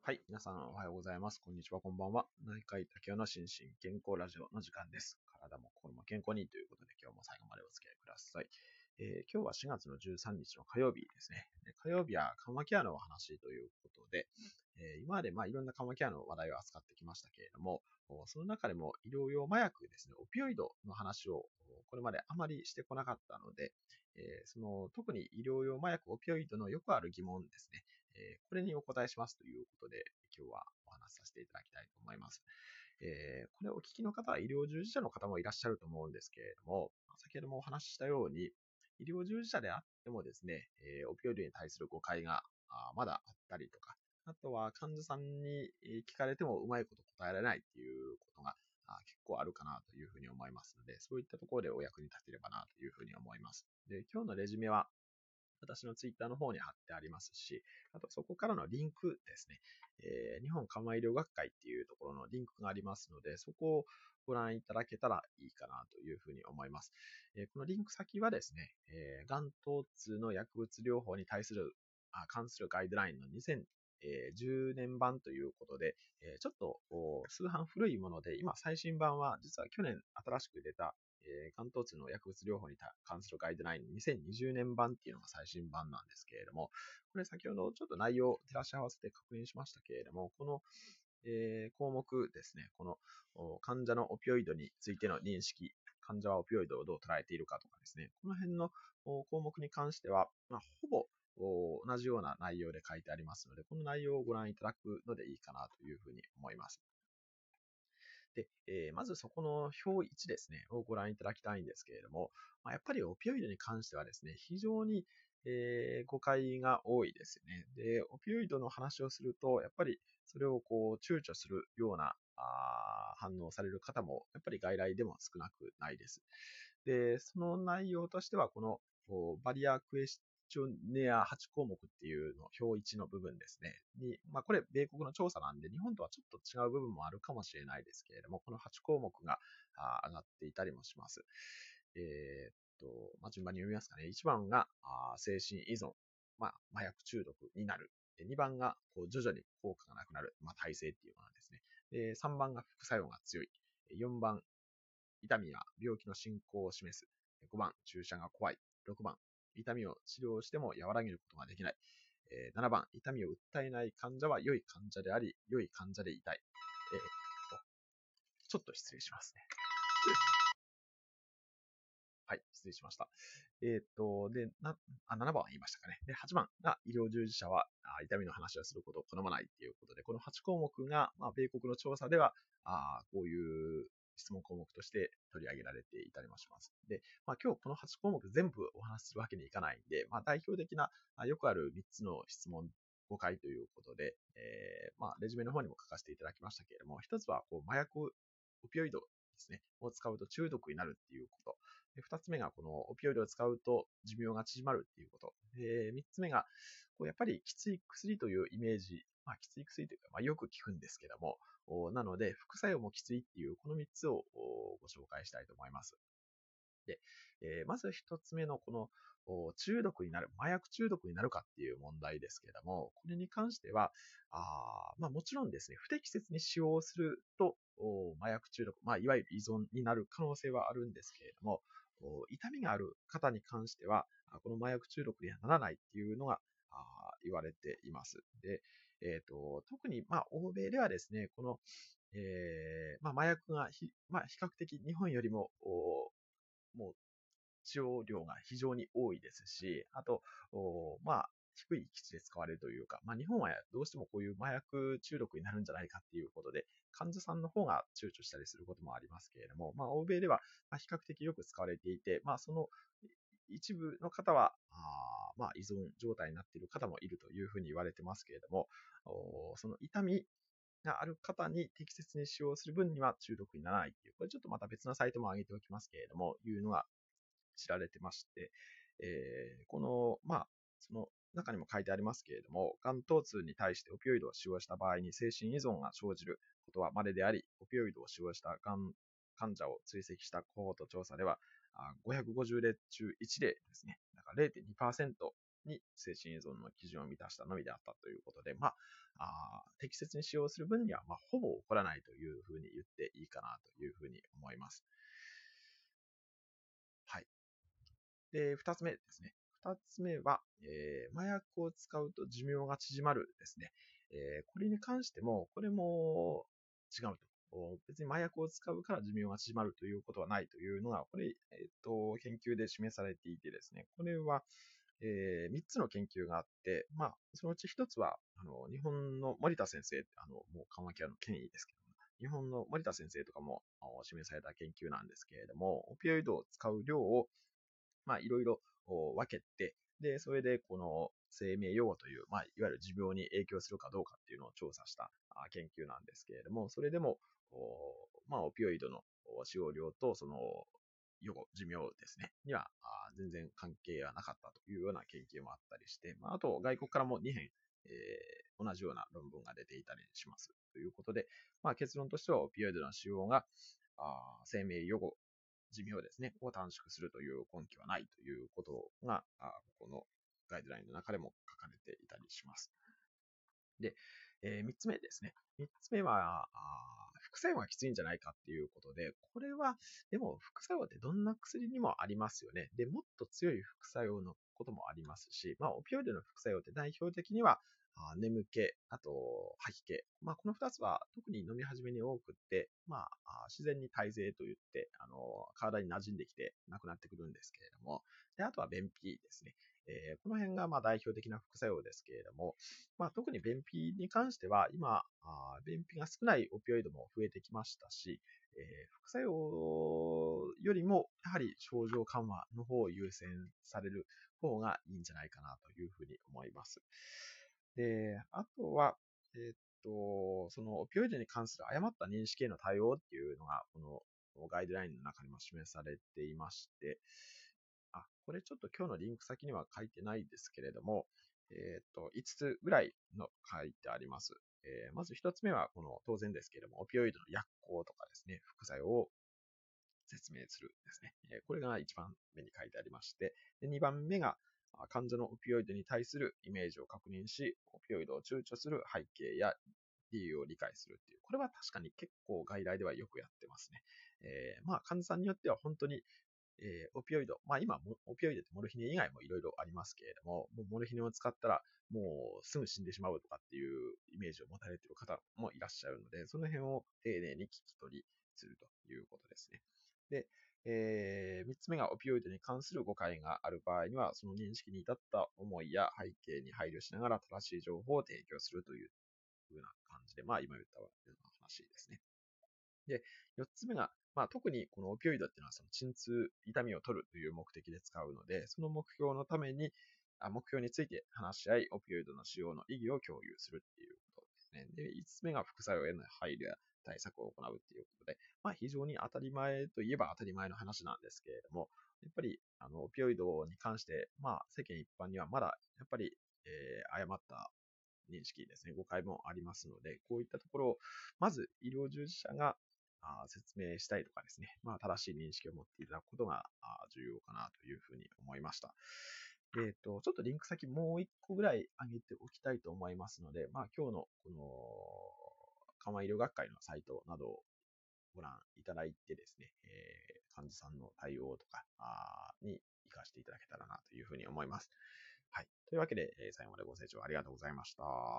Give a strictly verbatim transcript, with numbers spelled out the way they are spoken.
はい。皆さんおはようございます。こんにちは、こんばんは。内科医竹雄の心身健康ラジオの時間です。体も心も健康にということで今日も最後までお付き合いください。えー今日はしがつのじゅうさんにちの火曜日ですね。で火曜日は緩和ケアのお話ということで、えー今までまあいろんな緩和ケアの話題を扱ってきましたけれども、おその中でも医療用麻薬ですね、オピオイドの話をおこれまであまりしてこなかったので、えーその特に医療用麻薬オピオイドのよくある疑問ですね、えーこれにお答えしますということで、今日はお話しさせていただきたいと思います。えーこれをお聞きの方は医療従事者の方もいらっしゃると思うんですけれども、先ほどもお話ししたように、医療従事者であってもですね、えーオピオイドに対する誤解があまだあったりとか、あとは患者さんに聞かれてもうまいこと答えられないっていうことがあ結構あるかなというふうに思いますので、そういったところでお役に立てればなというふうに思います。で、今日のレジュメは私のツイッターの方に貼ってありますし、あとそこからのリンクですね、えー日本緩和医療学会っていうところのリンクがありますので、そこをご覧いただけたらいいかなというふうに思います。えーこのリンク先はですね、えー、がん疼痛の薬物療法に対する、あ関するガイドラインのにせんじゅうねん版ということで、えーちょっと数版古いもので、今最新版は実は去年新しく出たえー、関東痛の薬物療法に関するガイドラインにせんにじゅうねん版っていうのが最新版なんですけれども、これ先ほどちょっと内容を照らし合わせて確認しましたけれども、この、えー項目ですね、この患者のオピオイドについての認識、患者はオピオイドをどう捉えているかとかですね、この辺の項目に関しては、まあ、ほぼ同じような内容で書いてありますので、この内容をご覧いただくのでいいかなというふうに思います。で、えーまずそこの表いちですね、をご覧いただきたいんですけれども、まあ、やっぱりオピオイドに関してはですね、非常に、えー誤解が多いですよね。で、オピオイドの話をすると、やっぱりそれをこう躊躇するようなあ反応をされる方も、やっぱり外来でも少なくないです。で、その内容としては、このこうバリアクエスチョネアはち項目っていうの、表いちの部分ですね。に、まあこれ、米国の調査なんで、日本とはちょっと違う部分もあるかもしれないですけれども、このはち項目があ上がっていたりもします。えーっと、まあ順番に読みますかね。いちばんがあ精神依存、まあ麻薬中毒になる。にばんがこう徐々に効果がなくなる、まあ、耐性っていうものですね。でさんばんが副作用が強い。よんばん、痛みや病気の進行を示す。ごばん、注射が怖い。ろくばん、痛みを治療しても和らげることができない。ななばん、痛みを訴えない患者は良い患者であり、良い患者でいたい。えーちょっと失礼しますね。はい、失礼しました。えーっと、で、な、あ、ななばんは言いましたかね。で、はちばんが医療従事者はあ痛みの話をすることを好まないということで、このはち項目が、まあ、米国の調査では、あこういう質問項目として取り上げられていたりもします。で、まあ、今日このはち項目全部お話しするわけにいかないんで、まあ、代表的な、あよくあるみっつの質問、誤解ということで、えー、まあ、レジュメの方にも書かせていただきましたけれども、一つは、こう、麻薬、オピオイドですね、を使うと中毒になるっていうこと。で二つ目が、このオピオイドを使うと寿命が縮まるっていうこと。で、三つ目が、こうやっぱりきつい薬というイメージ、まあ、きつい薬というか、まあ、よく聞くんですけども、なので、副作用もきついっていう、この三つをご紹介したいと思います。で、えーまず一つ目のこの中毒になる、麻薬中毒になるかっていう問題ですけれども、これに関しては、あまあもちろんですね、不適切に使用すると、麻薬中毒、まあいわゆる依存になる可能性はあるんですけれども、痛みがある方に関しては、この麻薬中毒にはならないっていうのがあ言われています。で、えっ、と、特に、まあ、欧米ではですね、この、えーまあ、麻薬がひ、まあ、比較的日本よりも、もう使用量が非常に多いですし、あと、まあ、低い基地で使われるというか、まあ、日本はどうしてもこういう麻薬中毒になるんじゃないかっていうことで、患者さんの方が躊躇したりすることもありますけれども、まあ、欧米では比較的よく使われていて、まあ、その一部の方は、あまあ、依存状態になっている方もいるというふうに言われてますけれども、その痛みがある方に適切に使用する分には中毒にならないっていう、これちょっとまた別のサイトも上げておきますけれども、いうのが知られてまして、えーこの、まあ、その中にも書いてありますけれども、がん疼痛に対してオピオイドを使用した場合に精神依存が生じることは稀であり、オピオイドを使用したがん患者を追跡したコホート調査では、ごひゃくごじゅうれいちゅういちれいですね。だかられいてんにパーセントに精神依存の基準を満たしたのみであったということで、まあ、あ適切に使用する分には、まあ、ほぼ起こらないというふうに言っていいかなというふうに思います。はい。で、二つ目ですね。二つ目は、えー麻薬を使うと寿命が縮まるですね。えーこれに関しても、これも違うと。お別に麻薬を使うから寿命が縮まるということはないというのが、これ、えっと、研究で示されていてですね、これは、えー、みっつの研究があって、まあ、そのうちひとつは、あの、日本の森田先生、あの、もう緩和ケアの権威ですけども、日本の森田先生とかもあの示された研究なんですけれども、オピオイドを使う量をまあ、いろいろ分けて、で、それで、この生命予後という、まあ、いわゆる持病に影響するかどうかっていうのを調査した研究なんですけれども、それでも、まあ、オピオイドの使用量と、その、予後、寿命ですね、には全然関係はなかったというような研究もあったりして、まあ、あと、外国からもにへん、えー、同じような論文が出ていたりします。ということで、まあ、結論としては、オピオイドの使用が、あ生命予後寿命ですね、を短縮するという根拠はないということが、ここのガイドラインの中でも書かれていたりします。で、えー、みっつめですね。みっつめは、副作用がきついんじゃないかっていうことで、これは、でも副作用ってどんな薬にもありますよね。で、もっと強い副作用のこともありますし、まあ、オピオイドの副作用って代表的には、あ眠気、あと吐き気。まあ、このふたつは特に飲み始めに多くって、まあ、自然に耐性といって、あの、体に馴染んできてなくなってくるんですけれども、で、あとは便秘ですね。えーこの辺がまあ代表的な副作用ですけれども、まあ、特に便秘に関しては、今、あ便秘が少ないオピオイドも増えてきましたし、えー副作用よりも、やはり症状緩和の方を優先される方がいいんじゃないかなというふうに思います。で、あとは、えーっと、そのオピオイドに関する誤った認識への対応っていうのが、このガイドラインの中にも示されていまして、あ、これちょっと今日のリンク先には書いてないですけれども、えっと、いつつぐらいの書いてあります。えーまずひとつめは、この当然ですけれども、オピオイドの薬効とかですね、副作用を説明するですね。えーこれがいちばんめに書いてありまして、でにばんめが、患者のオピオイドに対するイメージを確認し、オピオイドを躊躇する背景や理由を理解するっていう。これは確かに結構外来ではよくやってますね。えーまあ、患者さんによっては本当にえーオピオイド、まあ今、オピオイドってモルヒネ以外もいろいろありますけれども、もうモルヒネを使ったらもうすぐ死んでしまうとかっていうイメージを持たれている方もいらっしゃるので、その辺を丁寧に聞き取りするということですね。で、えー、みっつめがオピオイドに関する誤解がある場合には、その認識に至った思いや背景に配慮しながら正しい情報を提供するという風な感じで、まあ今言ったような話ですね。で、よっつめが、まあ、特にこのオピオイドっていうのはその鎮痛、痛みを取るという目的で使うので、その目標のために、あ目標について話し合い、オピオイドの使用の意義を共有するっていうことですね。で、いつつめが副作用への配慮や対策を行うっていうことで、まあ、非常に当たり前といえば当たり前の話なんですけれども、やっぱり、あの、オピオイドに関して、まあ、世間一般にはまだ、やっぱり、えー誤った認識ですね、誤解もありますので、こういったところを、まず医療従事者があ説明したいとかですね、まあ、正しい認識を持っていただくことがあ重要かなというふうに思いました。えっ、と、ちょっとリンク先もう一個ぐらい上げておきたいと思いますので、まあ、今日のこの緩和医療学会のサイトなどをご覧いただいてですね、えー患者さんの対応とかあに活かしていただけたらなというふうに思います。はい。というわけで、えー最後までご清聴ありがとうございました。